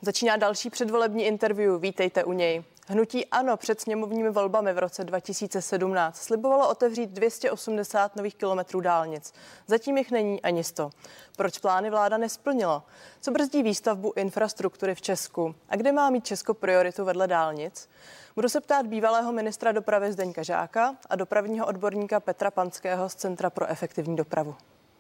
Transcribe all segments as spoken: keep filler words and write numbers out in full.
Začíná další předvolební interview, vítejte u něj. Hnutí ANO před sněmovními volbami v roce dva tisíce sedmnáct slibovalo otevřít dvě stě osmdesát nových kilometrů dálnic. Zatím jich není ani sto. Proč plány vláda nesplnila? Co brzdí výstavbu infrastruktury v Česku? A kde má mít Česko prioritu vedle dálnic? Budu se ptát bývalého ministra dopravy Zdeňka Žáka a dopravního odborníka Petra Panského z Centra pro efektivní dopravu.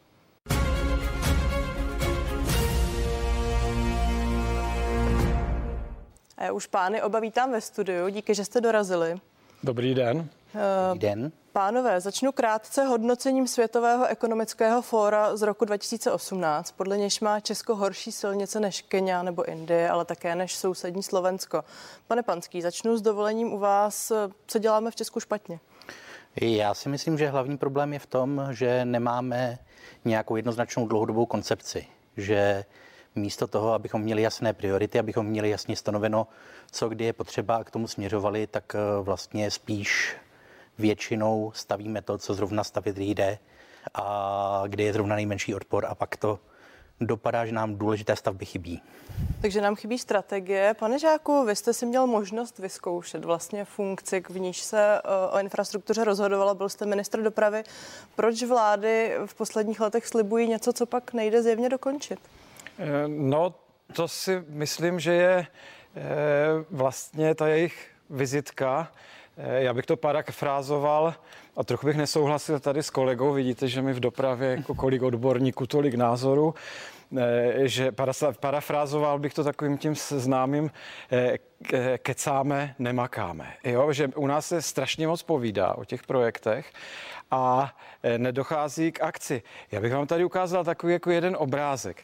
A já už pány oba vítám ve studiu. Díky, že jste dorazili. Dobrý den. Dobrý den. Pánové, začnu krátce hodnocením Světového ekonomického fóra z roku dva tisíce osmnáct. Podle nějž má Česko horší silnice než Kenia nebo Indie, ale také než sousední Slovensko. Pane Panský, začnu s dovolením u vás. Co děláme v Česku špatně? Já si myslím, že hlavní problém je v tom, že nemáme nějakou jednoznačnou dlouhodobou koncepci. Že místo toho, abychom měli jasné priority, abychom měli jasně stanoveno, co kdy je potřeba a k tomu směřovali, tak vlastně spíš většinou stavíme to, co zrovna stavit jde a kde je zrovna nejmenší odpor a pak to dopadá, že nám důležité stavby chybí. Takže nám chybí strategie. Pane Žáku, vy jste si měl možnost vyzkoušet vlastně funkci, v níž se o infrastruktuře rozhodovalo. Byl jste ministr dopravy. Proč vlády v posledních letech slibují něco, co pak nejde zjevně dokončit? No, to si myslím, že je vlastně ta jejich vizitka. Já bych to parafrázoval a trochu bych nesouhlasil tady s kolegou. Vidíte, že mi v dopravě jako kolik odborníků, tolik názorů, že parafrázoval bych to takovým tím známým kecáme, nemakáme. Jo? Že u nás se strašně moc povídá o těch projektech a nedochází k akci. Já bych vám tady ukázal takový jako jeden obrázek.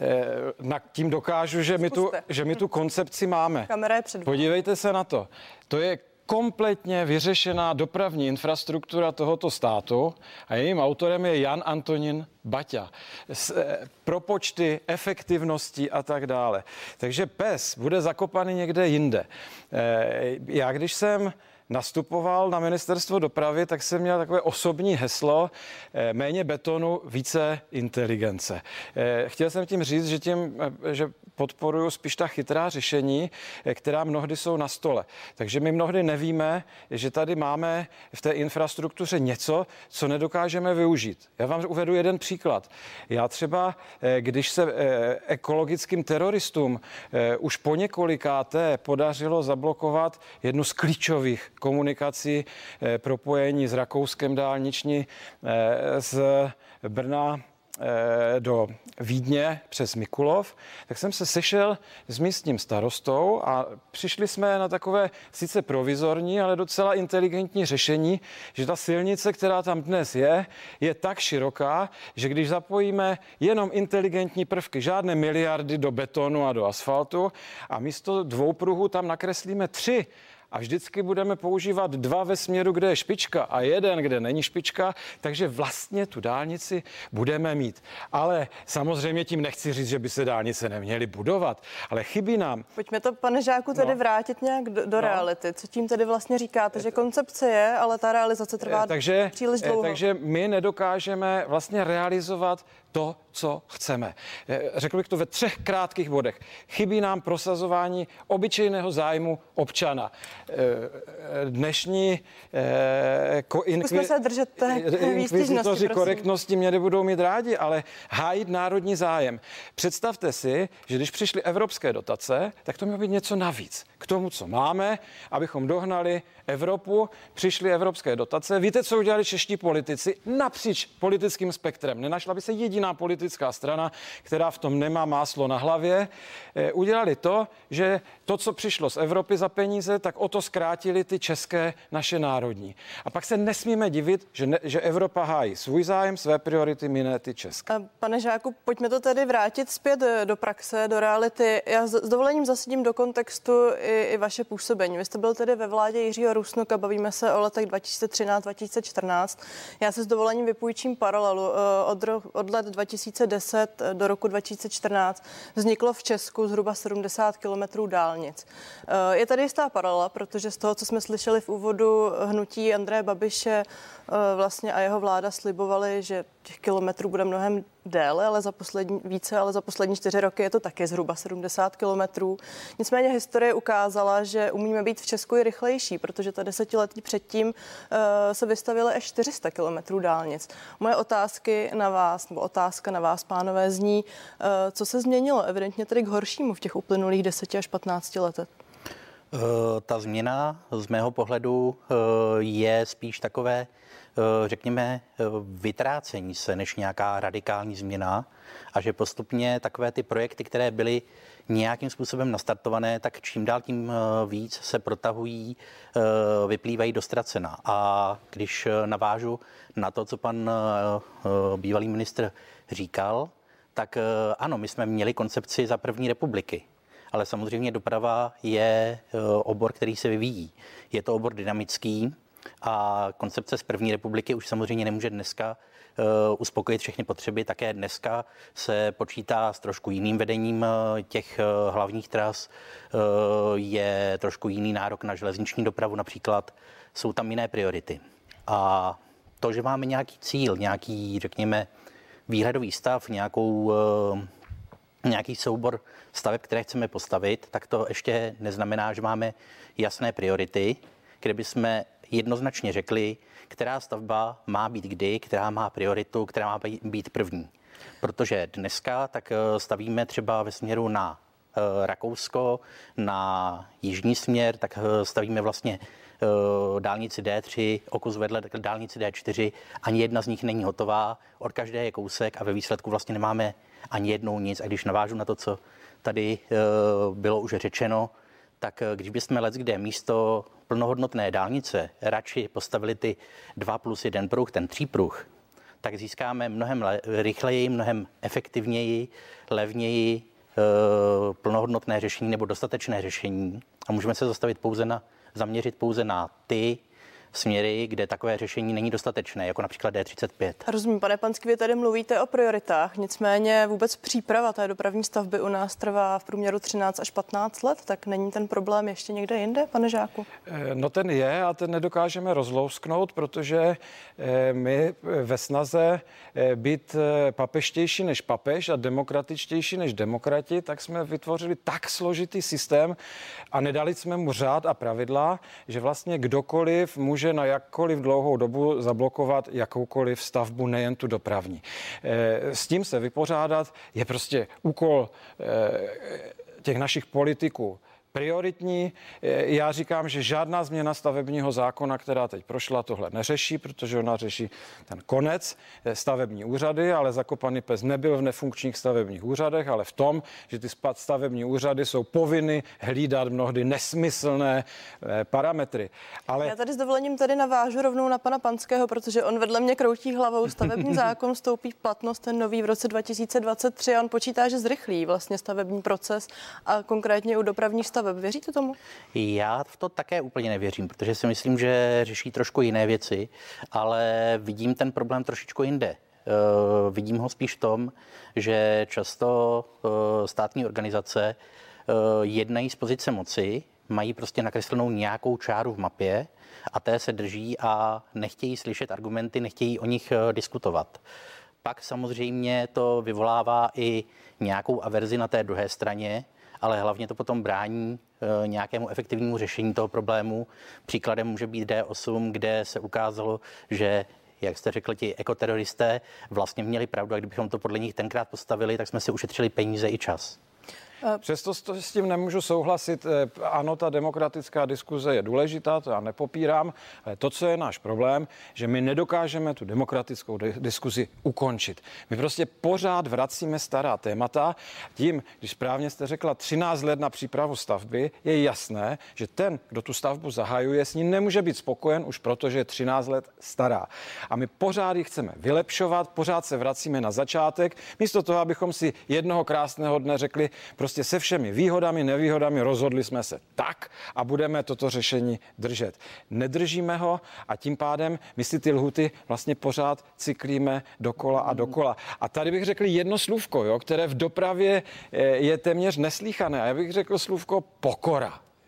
Nad tím dokážu, že my tu, že my tu koncepci máme. Kamera je před vámi. Podívejte se na to. To je kompletně vyřešená dopravní infrastruktura tohoto státu a jejím autorem je Jan Antonín Baťa. S, e, propočty, efektivnosti a tak dále. Takže pes bude zakopaný někde jinde. E, já když jsem nastupoval na ministerstvo dopravy, tak jsem měl takové osobní heslo méně betonu, více inteligence. Chtěl jsem tím říct, že, tím, že podporuju spíš ta chytrá řešení, která mnohdy jsou na stole. Takže my mnohdy nevíme, že tady máme v té infrastruktuře něco, co nedokážeme využít. Já vám uvedu jeden příklad. Já třeba, když se ekologickým teroristům už po několikáté podařilo zablokovat jednu z klíčových komunikací, eh, propojení s Rakouskem dálniční eh, z Brna eh, do Vídně přes Mikulov, tak jsem se sešel s místním starostou a přišli jsme na takové sice provizorní, ale docela inteligentní řešení, že ta silnice, která tam dnes je, je tak široká, že když zapojíme jenom inteligentní prvky, žádné miliardy do betonu a do asfaltu a místo dvou pruhů tam nakreslíme tři, a vždycky budeme používat dva ve směru, kde je špička a jeden, kde není špička, takže vlastně tu dálnici budeme mít. Ale samozřejmě tím nechci říct, že by se dálnice neměly budovat, ale chybí nám. Pojďme to, pane Žáku, tedy no. vrátit nějak do, do no. reality. Co tím tedy vlastně říkáte, že koncepce je, ale ta realizace trvá takže, příliš dlouho. Takže my nedokážeme vlastně realizovat to, co chceme. Řekl bych to ve třech krátkých bodech. Chybí nám prosazování obyčejného zájmu občana. Dnešní ko, inkvi, se držet inkvizitoři korektnosti mě nebudou mít rádi, ale hájit národní zájem. Představte si, že když přišly evropské dotace, tak to mělo být něco navíc. K tomu, co máme, abychom dohnali Evropu, přišly evropské dotace. Víte, co udělali čeští politici napříč politickým spektrem? Nenašla by se jediná politická strana, která v tom nemá máslo na hlavě. E, udělali to, že to, co přišlo z Evropy za peníze, tak o to zkrátili ty české naše národní. A pak se nesmíme divit, že, ne, že Evropa hájí svůj zájem, své priority, my ne ty české. A pane Žáku, pojďme to tedy vrátit zpět do praxe, do reality. Já s dovolením zasadím do kontextu i, i vaše působení. Vy jste byl tedy ve vládě Jiřího Rusnoka, bavíme se o letech dva tisíce třináct dva tisíce čtrnáct. Já se s dovolením vypůjčím paralelu. Od, ro, od let dva tisíce deset do roku dva tisíce čtrnáct vzniklo v Česku zhruba sedmdesát kilometrů dálnic. Je tady jistá paralela, protože z toho, co jsme slyšeli v úvodu hnutí Andreje Babiše vlastně a jeho vláda slibovali, že těch kilometrů bude mnohem déle, ale za poslední, více, ale za poslední čtyři roky je to taky zhruba sedmdesát kilometrů. Nicméně historie ukázala, že umíme být v Česku i rychlejší, protože ta desetiletí předtím uh, se vystavily až čtyři sta kilometrů dálnic. Moje otázky na vás, nebo otázka na vás, pánové, zní, uh, co se změnilo evidentně tedy k horšímu v těch uplynulých deseti až patnácti letech? Ta změna z mého pohledu je spíš takové, řekněme, vytrácení se než nějaká radikální změna a že postupně takové ty projekty, které byly nějakým způsobem nastartované, tak čím dál tím víc se protahují, vyplývají do ztracena. A když navážu na to, co pan bývalý ministr říkal, tak ano, my jsme měli koncepci za první republiky. Ale samozřejmě doprava je obor, který se vyvíjí. Je to obor dynamický a koncepce z první republiky už samozřejmě nemůže dneska uspokojit všechny potřeby. Také dneska se počítá s trošku jiným vedením těch hlavních tras. Je trošku jiný nárok na železniční dopravu například. Jsou tam jiné priority. A to, že máme nějaký cíl, nějaký, řekněme, výhledový stav, nějakou nějaký soubor staveb, které chceme postavit, tak to ještě neznamená, že máme jasné priority, kde bychom jednoznačně řekli, která stavba má být kdy, která má prioritu, která má být první. Protože dneska tak stavíme třeba ve směru na Rakousko, na jižní směr, tak stavíme vlastně dálnici D tři, o kus vedle dálnici D čtyři, ani jedna z nich není hotová, od každé je kousek a ve výsledku vlastně nemáme ani jednou nic. A když navážu na to, co tady bylo už řečeno, tak když bychom leckde místo plnohodnotné dálnice radši postavili ty dva plus jeden pruh, ten třípruh, tak získáme mnohem rychleji, mnohem efektivněji, levněji plnohodnotné řešení nebo dostatečné řešení a můžeme se zastavit pouze na, zaměřit pouze na ty směry, kde takové řešení není dostatečné, jako například D třicet pět. Rozumím, pane Panský, vy tady mluvíte o prioritách, nicméně vůbec příprava té dopravní stavby u nás trvá v průměru třináct až patnáct let, tak není ten problém ještě někde jinde, pane Žáku? No ten je a ten nedokážeme rozlousknout, protože my ve snaze být papeštější než papež a demokratičtější než demokrati, tak jsme vytvořili tak složitý systém a nedali jsme mu řád a pravidla, že vlastně kdokoliv může může na jakkoliv dlouhou dobu zablokovat jakoukoliv stavbu, nejen tu dopravní. S tím se vypořádat je prostě úkol těch našich politiků prioritní. Já říkám, že žádná změna stavebního zákona, která teď prošla, tohle neřeší, protože ona řeší ten konec stavební úřady, ale zakopaný pes nebyl v nefunkčních stavebních úřadech, ale v tom, že ty stavební úřady jsou povinny hlídat mnohdy nesmyslné parametry. Ale... Já tady s dovolením tady navážu rovnou na pana Panského, protože on vedle mě kroutí hlavou. Stavební zákon vstoupí v platnost ten nový v roce dva tisíce dvacet tři a on počítá, že zrychlí vlastně stavební proces a konkrétně u dopravních staveb. Věříte tomu? Já v to také úplně nevěřím, protože si myslím, že řeší trošku jiné věci, ale vidím ten problém trošičku jinde. Uh, vidím ho spíš v tom, že často uh, státní organizace uh, jednají z pozice moci, mají prostě nakreslenou nějakou čáru v mapě a té se drží a nechtějí slyšet argumenty, nechtějí o nich uh, diskutovat. Pak samozřejmě to vyvolává i nějakou averzi na té druhé straně, ale hlavně to potom brání e, nějakému efektivnímu řešení toho problému. Příkladem může být D osm, kde se ukázalo, že, jak jste řekl, ti ekoteroristé vlastně měli pravdu a kdybychom to podle nich tenkrát postavili, tak jsme si ušetřili peníze i čas. Přesto s tím nemůžu souhlasit. Ano, ta demokratická diskuze je důležitá, to já nepopírám, ale to, co je náš problém, že my nedokážeme tu demokratickou diskuzi ukončit. My prostě pořád vracíme stará témata. Tím, když správně jste řekla třináct let na přípravu stavby, je jasné, že ten, kdo tu stavbu zahajuje, s ní nemůže být spokojen už proto, že je třináct let stará. A my pořád ji chceme vylepšovat, pořád se vracíme na začátek, místo toho, abychom si jednoho krásného dne řekli, prostě se všemi výhodami, nevýhodami rozhodli jsme se tak a budeme toto řešení držet. Nedržíme ho a tím pádem my si ty lhuty vlastně pořád cyklíme dokola a dokola. A tady bych řekl jedno slůvko, jo, které v dopravě je téměř neslýchané. A já bych řekl slůvko pokora.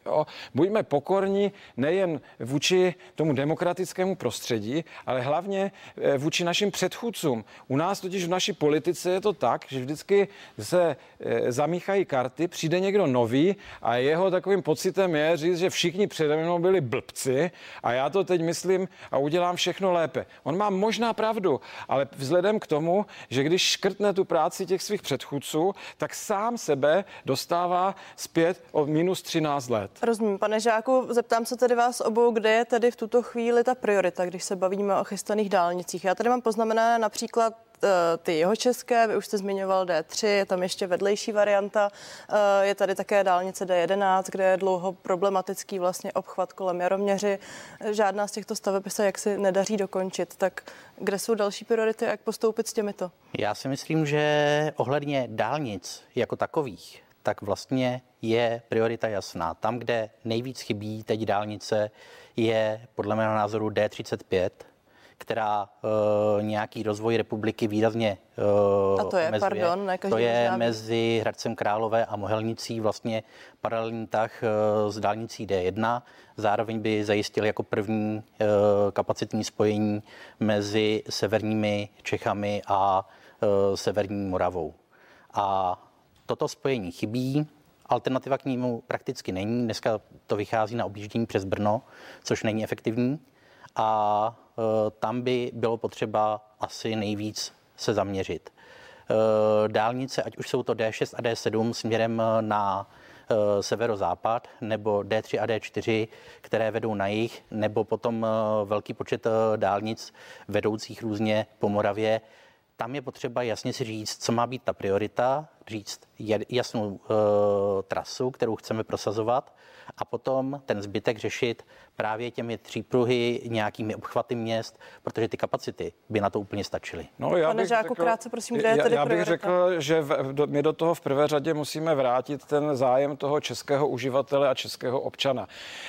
Jo? Buďme pokorní nejen vůči tomu demokratickému prostředí, ale hlavně vůči našim předchůdcům. U nás totiž v naší politice je to tak, že vždycky se zamíchají karty, přijde někdo nový a jeho takovým pocitem je říct, že všichni přede mnou byli blbci a já to teď myslím a udělám všechno lépe. On má možná pravdu, ale vzhledem k tomu, že když škrtne tu práci těch svých předchůdců, tak sám sebe dostává zpět o minus třináct let. Rozumím. Pane Žáku, zeptám se tedy vás obou, kde je tedy v tuto chvíli ta priorita, když se bavíme o chystaných dálnicích. Já tady mám poznamenané například ty jihočeské, vy už jste zmiňoval D tři, je tam ještě vedlejší varianta, je tady také dálnice D jedenáct, kde je dlouho problematický vlastně obchvat kolem Jaroměři. Žádná z těchto staveb se jaksi nedaří dokončit. Tak kde jsou další priority a jak postoupit s těmito? Já si myslím, že ohledně dálnic jako takových, tak vlastně je priorita jasná. Tam, kde nejvíc chybí teď dálnice, je podle mého názoru D třicet pět, která uh, nějaký rozvoj republiky výrazně uh, A to je, omezuje. pardon, ne každý To je známý. Mezi Hradcem Králové a Mohelnicí vlastně paralelní tah uh, s dálnicí D jedna. Zároveň by zajistil jako první uh, kapacitní spojení mezi severními Čechami a uh, severní Moravou. A toto spojení chybí. Alternativa k němu prakticky není. Dneska to vychází na objíždění přes Brno, což není efektivní. A e, tam by bylo potřeba asi nejvíc se zaměřit. E, dálnice, ať už jsou to D šest a D sedm směrem na e, severozápad, nebo D tři a D čtyři, které vedou na jih, nebo potom e, velký počet e, dálnic vedoucích různě po Moravě. Tam je potřeba jasně si říct, co má být ta priorita, říct jasnou e, trasu, kterou chceme prosazovat, a potom ten zbytek řešit právě těmi třípruhy, nějakými obchvaty měst, protože ty kapacity by na to úplně stačily. No, já Pane bych Žáku, řekl, krátce, prosím, kde je tedy já, já bych priorita? řekl, že v, do, my do toho v prvé řadě musíme vrátit ten zájem toho českého uživatele a českého občana.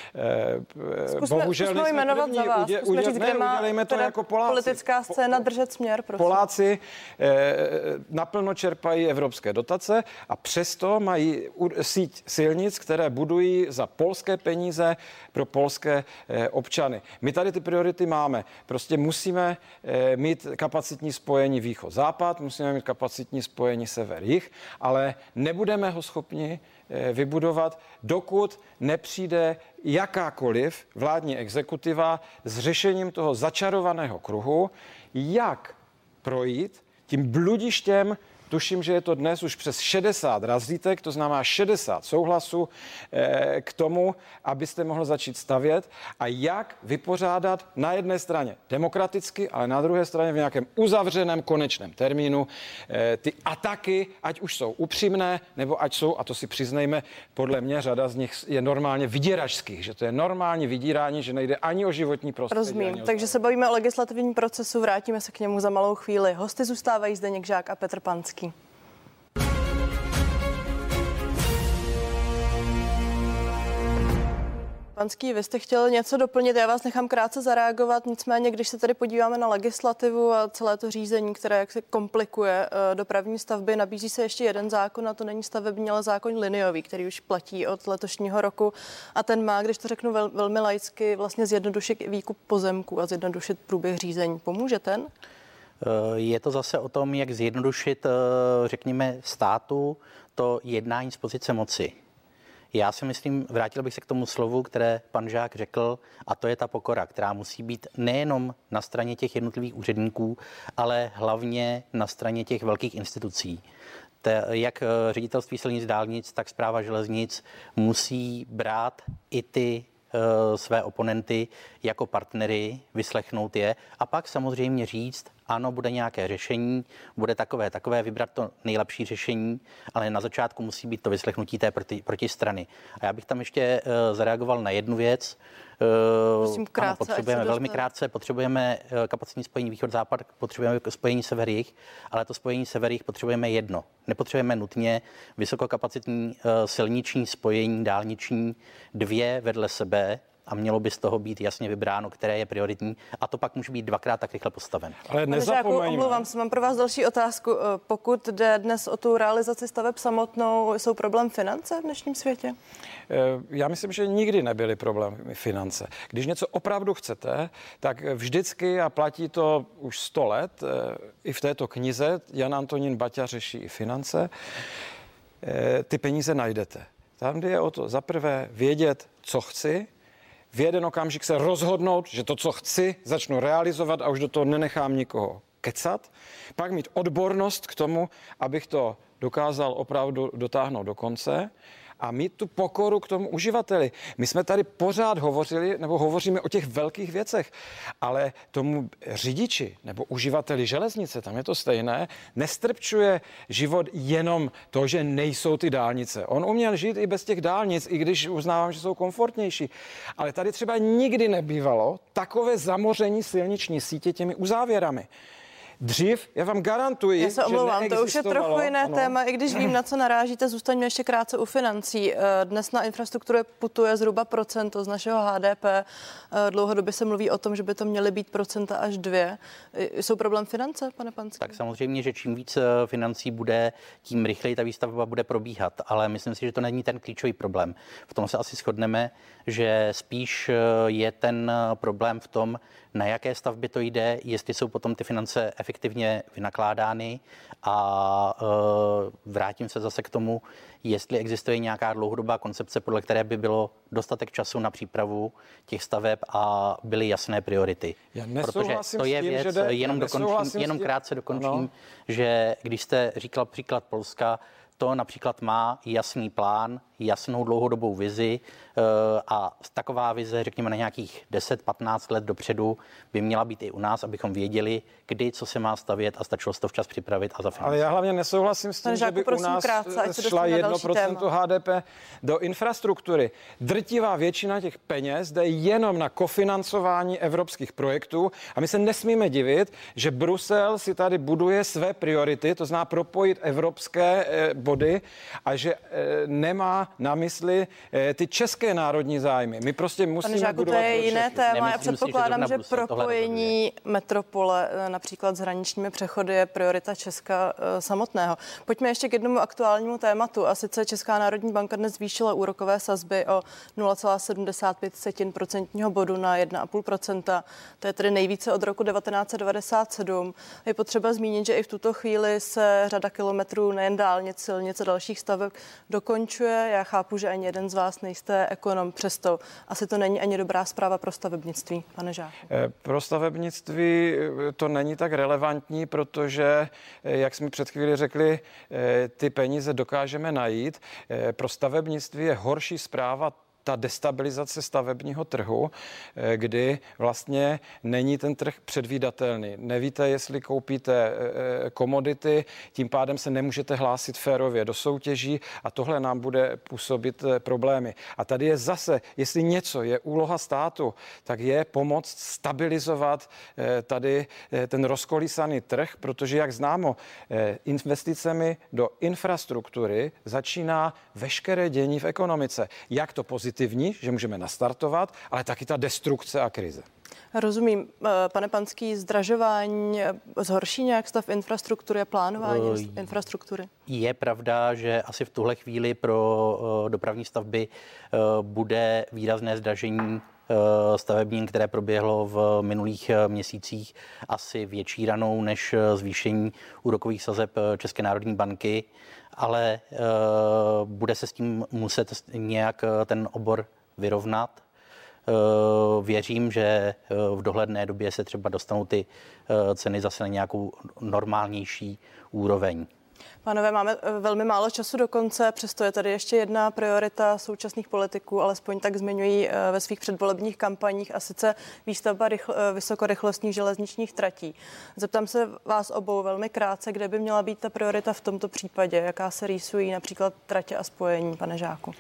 E, zkusme, bohužel zkusme jmenovat první, za vás. Udě, zkusme udě, říct, kde má to jako Poláci. Politická scéna držet směr, prosím. Poláci e, naplno čerpají evropské dotace a přesto mají síť silnic, které budují za polské peníze pro polské e, občany. My tady ty priority máme. Prostě musíme e, mít kapacitní spojení východ-západ, musíme mít kapacitní spojení sever-jih, ale nebudeme ho schopni e, vybudovat, dokud nepřijde jakákoliv vládní exekutiva s řešením toho začarovaného kruhu, jak projít tím bludištěm. Tuším, že je to dnes už přes šedesát razítek, to znamená šedesát souhlasů eh, k tomu, abyste mohl začít stavět, a jak vypořádat na jedné straně demokraticky, ale na druhé straně v nějakém uzavřeném konečném termínu eh, ty ataky, ať už jsou upřímné, nebo ať jsou, a to si přiznejme, podle mě řada z nich je normálně vyděračských, že to je normální vydírání, že nejde ani o životní prostředí. Rozumím, takže se bavíme o legislativním procesu, vrátíme se k němu za malou chvíli. Hosty zůstávají Zdeněk Žák a Petr Panský. Panský, vy jste chtěl něco doplnit, já vás nechám krátce zareagovat, nicméně když se tady podíváme na legislativu a celé to řízení, které jak se komplikuje dopravní stavby, nabízí se ještě jeden zákon, a to není stavební, ale zákon liniový, který už platí od letošního roku, a ten má, když to řeknu vel, velmi laicky, vlastně zjednodušit výkup pozemků a zjednodušit průběh řízení. Pomůže ten? Je to zase o tom, jak zjednodušit, řekněme, státu to jednání z pozice moci. Já si myslím, vrátil bych se k tomu slovu, které pan Žák řekl, a to je ta pokora, která musí být nejenom na straně těch jednotlivých úředníků, ale hlavně na straně těch velkých institucí. Te, jak ředitelství silnic dálnic, tak správa železnic musí brát i ty e, své oponenty jako partnery, vyslechnout je a pak samozřejmě říct, ano, bude nějaké řešení, bude takové, takové, vybrat to nejlepší řešení, ale na začátku musí být to vyslechnutí té proti, protistrany. A já bych tam ještě uh, zareagoval na jednu věc. Uh, Prosím, krátce, ano, potřebujeme velmi krátce, potřebujeme uh, kapacitní spojení východ-západ, potřebujeme spojení sever-jih, ale to spojení sever-jih potřebujeme jedno. Nepotřebujeme nutně vysokokapacitní uh, silniční spojení, dálniční, dvě vedle sebe, a mělo by z toho být jasně vybráno, které je prioritní, a to pak může být dvakrát tak rychle postaven. Ale nezapomeňme. Omlouvám se, mám pro vás další otázku. Pokud jde dnes o tu realizaci staveb samotnou, jsou problém finance v dnešním světě? Já myslím, že nikdy nebyly problémy finance. Když něco opravdu chcete, tak vždycky, a platí to už sto let, i v této knize Jan Antonín Baťa řeší i finance, ty peníze najdete. Tam jde o to zaprvé vědět, co chci, v jeden okamžik se rozhodnout, že to, co chci, začnu realizovat a už do toho nenechám nikoho kecat. Pak mít odbornost k tomu, abych to dokázal opravdu dotáhnout do konce a mít tu pokoru k tomu uživateli. My jsme tady pořád hovořili, nebo hovoříme o těch velkých věcech, ale tomu řidiči nebo uživateli železnice, tam je to stejné, nestrpčuje život jenom to, že nejsou ty dálnice. On uměl žít i bez těch dálnic, i když uznávám, že jsou komfortnější. Ale tady třeba nikdy nebývalo takové zamoření silniční sítě těmi uzávěrami. Dřív, já vám garantuji, já se omlouvám, že to už je trochu jiné ano. téma, i když vím, na co narážíte, zůstaňme ještě krátce u financí. Dnes na infrastrukturu putuje zhruba procento z našeho H D P. Dlouhodobě se mluví o tom, že by to měly být procenta až dvě. Jsou problém finance, pane Panský? Tak samozřejmě, že čím víc financí bude, tím rychleji ta výstavba bude probíhat, ale myslím si, že to není ten klíčový problém. V tom se asi shodneme, že spíš je ten problém v tom, na jaké stavby to jde, jestli jsou potom ty finance efektivně vynakládány, a e, vrátím se zase k tomu, jestli existuje nějaká dlouhodobá koncepce, podle které by bylo dostatek času na přípravu těch staveb a byly jasné priority. Protože to je tím, věc, jde, jenom, dokončím, jenom krátce dokončím, ano. že když jste říkal příklad Polska, to například má jasný plán, jasnou dlouhodobou vizi a taková vize, řekněme, na nějakých deset patnáct let dopředu by měla být i u nás, abychom věděli, kdy, co se má stavět a stačilo se to včas připravit a zafinancovat. Ale já hlavně nesouhlasím s tím, že by u nás krátce, šla jedno procento H D P do infrastruktury. Drtivá většina těch peněz jde jenom na kofinancování evropských projektů a my se nesmíme divit, že Brusel si tady buduje své priority, to znamená propojit evropské body, a že nemá na mysli ty české národní zájmy. My prostě musíme Žáku, budovat. To je jiné téma. Já předpokládám, že, že propojení metropole například s hraničními přechody je priorita Česka samotného. Pojďme ještě k jednomu aktuálnímu tématu. A sice Česká národní banka dnes zvýšila úrokové sazby o nula celá sedmdesát pět procentního bodu na jedna celá pět procenta. To je tedy nejvíce od roku devatenáct set devadesát sedm. Je potřeba zmínit, že i v tuto chvíli se řada kilometrů nejen dálnic, silnic a dalších staveb dokončuje. Já chápu, že ani jeden z vás nejste ekonom, přesto asi to není ani dobrá zpráva pro stavebnictví, pane Žáku. Pro stavebnictví to není tak relevantní, protože, jak jsme před chvíli řekli, ty peníze dokážeme najít. Pro stavebnictví je horší zpráva ta destabilizace stavebního trhu, kdy vlastně není ten trh předvídatelný. Nevíte, jestli koupíte komodity, tím pádem se nemůžete hlásit férově do soutěží a tohle nám bude působit problémy. A tady je zase, jestli něco je úloha státu, tak je pomoct stabilizovat tady ten rozkolísaný trh, protože, jak známo, investicemi do infrastruktury začíná veškeré dění v ekonomice. Jak to pozitivní, že můžeme nastartovat, ale taky ta destrukce a krize. Rozumím. Pane Panský, zdražování zhorší nějak stav infrastruktury a plánování uh, infrastruktury? Je pravda, že asi v tuhle chvíli pro uh, dopravní stavby uh, bude výrazné zdražení stavebním, které proběhlo v minulých měsících, asi větší ranou než zvýšení úrokových sazeb České národní banky, ale uh, bude se s tím muset nějak ten obor vyrovnat. Uh, věřím, že v dohledné době se třeba dostanou ty uh, ceny zase na nějakou normálnější úroveň. Pánové, máme velmi málo času do konce, přesto je tady ještě jedna priorita současných politiků, alespoň tak zmiňují ve svých předvolebních kampaních, a sice výstavba rychl, vysokorychlostních železničních tratí. Zeptám se vás obou velmi krátce, kde by měla být ta priorita v tomto případě, jaká se rýsují například tratě a spojení, pane Žáku?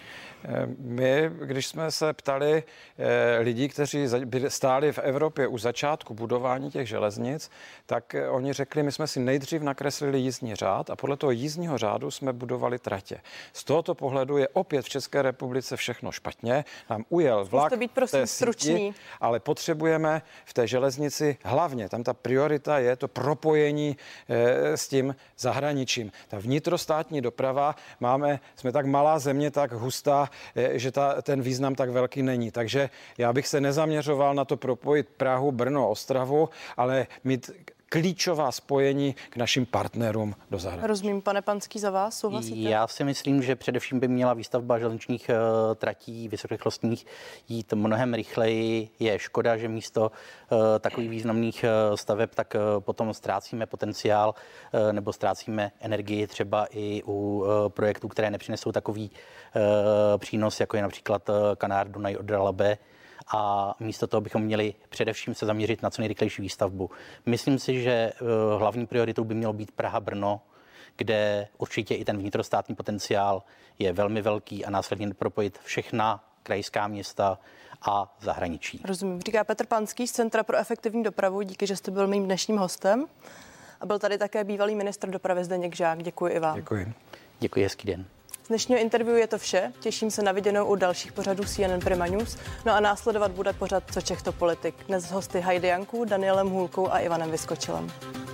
My, když jsme se ptali lidí, kteří stáli v Evropě u začátku budování těch železnic, tak oni řekli, my jsme si nejdřív nakreslili jízdní řád a podle toho jízdního řádu jsme budovali tratě. Z tohoto pohledu je opět v České republice všechno špatně. Nám ujel vlak, Zkuste být prosím stručný. ale potřebujeme v té železnici hlavně, tam ta priorita je to propojení e, s tím zahraničím. Ta vnitrostátní doprava, máme, jsme tak malá země, tak hustá, e, že ta, ten význam tak velký není. Takže já bych se nezaměřoval na to propojit Prahu, Brno, Ostravu, ale mít klíčová spojení k našim partnerům do zahraničí. Rozumím, pane Panský, za vás, souhlasíte? Já si myslím, že především by měla výstavba železničních uh, tratí vysokorychlostních jít mnohem rychleji. Je škoda, že místo uh, takových významných uh, staveb tak uh, potom ztrácíme potenciál uh, nebo ztrácíme energii třeba i u uh, projektů, které nepřinesou takový uh, přínos, jako je například uh, Kanár Dunaj Odra Labe. A místo toho bychom měli především se zaměřit na co nejrychlejší výstavbu. Myslím si, že hlavní prioritou by mělo být Praha-Brno, kde určitě i ten vnitrostátní potenciál je velmi velký a následně propojit všechna krajská města a zahraničí. Rozumím. Říká Petr Panský z Centra pro efektivní dopravu. Díky, že jste byl mým dnešním hostem. A byl tady také bývalý ministr dopravy Zdeněk Žák. Děkuji i vám. Děkuji. Děkuji, hezký den. Z dnešního interview je to vše. Těším se na viděnou u dalších pořadů C N N Prima News. No a následovat bude pořad Co Čech to politik. Dnes s hosty Heidi Janku, Danielem Hůlkou a Ivanem Vyskočilem.